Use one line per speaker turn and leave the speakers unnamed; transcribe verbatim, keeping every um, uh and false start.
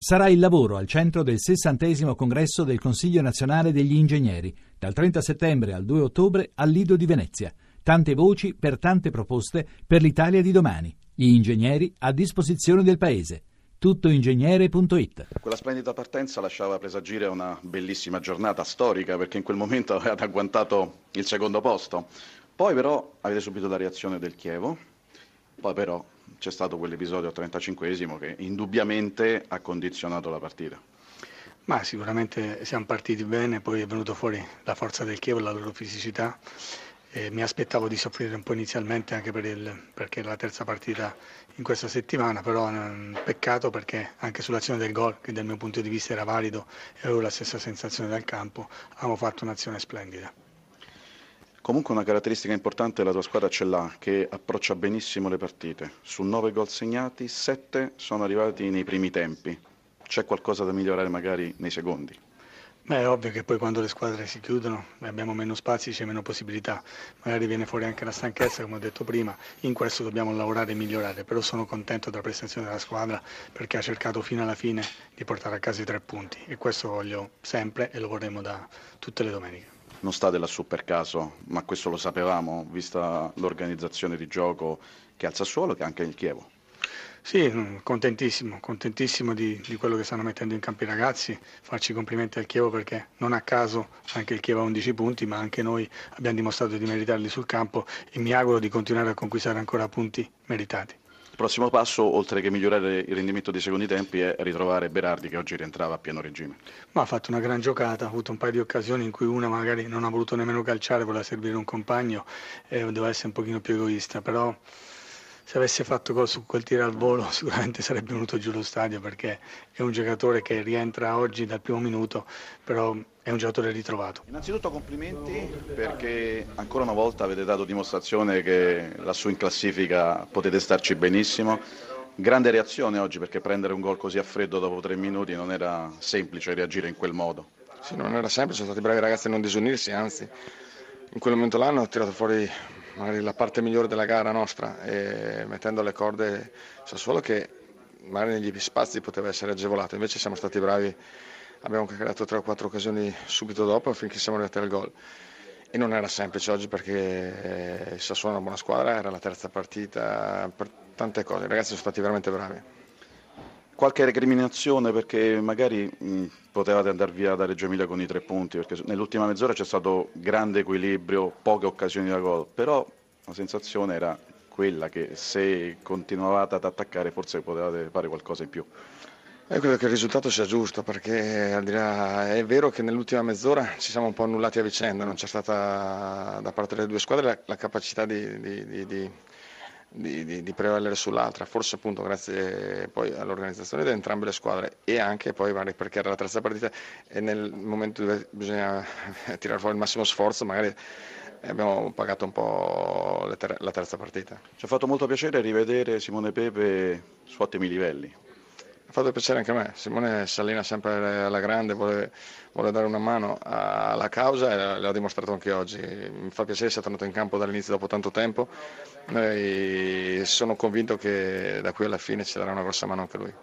Sarà il lavoro al centro del sessantesimo congresso del Consiglio Nazionale degli Ingegneri, dal trenta settembre al due ottobre al Lido di Venezia. Tante voci per tante proposte per l'Italia di domani. Gli ingegneri a disposizione del Paese. tuttoingegnere punto it.
Quella splendida partenza lasciava presagire una bellissima giornata storica, perché in quel momento avevate agguantato il secondo posto. Poi però avete subito la reazione del Chievo, poi però c'è stato quell'episodio al trentacinquesimo che indubbiamente ha condizionato la partita.
Ma sicuramente siamo partiti bene, poi è venuto fuori la forza del Chievo e la loro fisicità. E mi aspettavo di soffrire un po' inizialmente anche per il, perché è la terza partita in questa settimana, però è un peccato perché anche sull'azione del gol, che dal mio punto di vista era valido e avevo la stessa sensazione dal campo, abbiamo fatto un'azione splendida.
Comunque una caratteristica importante della tua squadra ce l'ha, che approccia benissimo le partite. Su nove gol segnati, sette sono arrivati nei primi tempi. C'è qualcosa da migliorare magari nei secondi?
Beh, è ovvio che poi quando le squadre si chiudono abbiamo meno spazi, c'è meno possibilità, magari viene fuori anche la stanchezza, come ho detto prima. In questo dobbiamo lavorare e migliorare, però sono contento della prestazione della squadra perché ha cercato fino alla fine di portare a casa i tre punti e questo voglio sempre e lo vorremmo da tutte le domeniche.
Non state lassù per caso, ma questo lo sapevamo, vista l'organizzazione di gioco che ha il Sassuolo, che ha anche il Chievo.
Sì, contentissimo, contentissimo di, di quello che stanno mettendo in campo i ragazzi, farci complimenti al Chievo perché non a caso anche il Chievo ha undici punti, ma anche noi abbiamo dimostrato di meritarli sul campo e mi auguro di continuare a conquistare ancora punti meritati.
Il prossimo passo, oltre che migliorare il rendimento dei secondi tempi, è ritrovare Berardi che oggi rientrava a pieno regime.
Ma ha fatto una gran giocata, ha avuto un paio di occasioni in cui una magari non ha voluto nemmeno calciare, voleva servire un compagno e doveva essere un pochino più egoista, però se avesse fatto gol su quel tiro al volo sicuramente sarebbe venuto giù lo stadio perché è un giocatore che rientra oggi dal primo minuto, però è un giocatore ritrovato.
Innanzitutto complimenti perché ancora una volta avete dato dimostrazione che lassù in classifica potete starci benissimo. Grande reazione oggi perché prendere un gol così a freddo dopo tre minuti non era semplice reagire in quel modo.
Sì, non era semplice, sono stati bravi i ragazzi a non disunirsi, anzi in quel momento là hanno tirato fuori magari la parte migliore della gara nostra e mettendo alle corde Sassuolo che magari negli spazi poteva essere agevolato, invece siamo stati bravi, abbiamo creato tre o quattro occasioni subito dopo finché siamo arrivati al gol e non era semplice oggi perché il Sassuolo è una buona squadra, era la terza partita, per tante cose, i ragazzi sono stati veramente bravi.
Qualche recriminazione perché magari mh, potevate andare via da Reggio Emilia con i tre punti, perché nell'ultima mezz'ora c'è stato grande equilibrio, poche occasioni da gol, però la sensazione era quella che se continuavate ad attaccare forse potevate fare qualcosa in più.
Io credo che il risultato sia giusto perché al di là, è vero che nell'ultima mezz'ora ci siamo un po' annullati a vicenda, non c'è stata da parte delle due squadre la, la capacità di, di, di, di Di, di, di prevalere sull'altra, forse appunto grazie poi all'organizzazione di entrambe le squadre e anche poi perché era la terza partita e nel momento dove bisogna tirare fuori il massimo sforzo magari abbiamo pagato un po' ter- la terza partita.
Ci ha fatto molto piacere rivedere Simone Pepe su ottimi livelli.
Ha fatto piacere anche a me, Simone si allena sempre alla grande, vuole, vuole dare una mano alla causa e l'ha dimostrato anche oggi. Mi fa piacere sia tornato in campo dall'inizio dopo tanto tempo e sono convinto che da qui alla fine ci darà una grossa mano anche lui.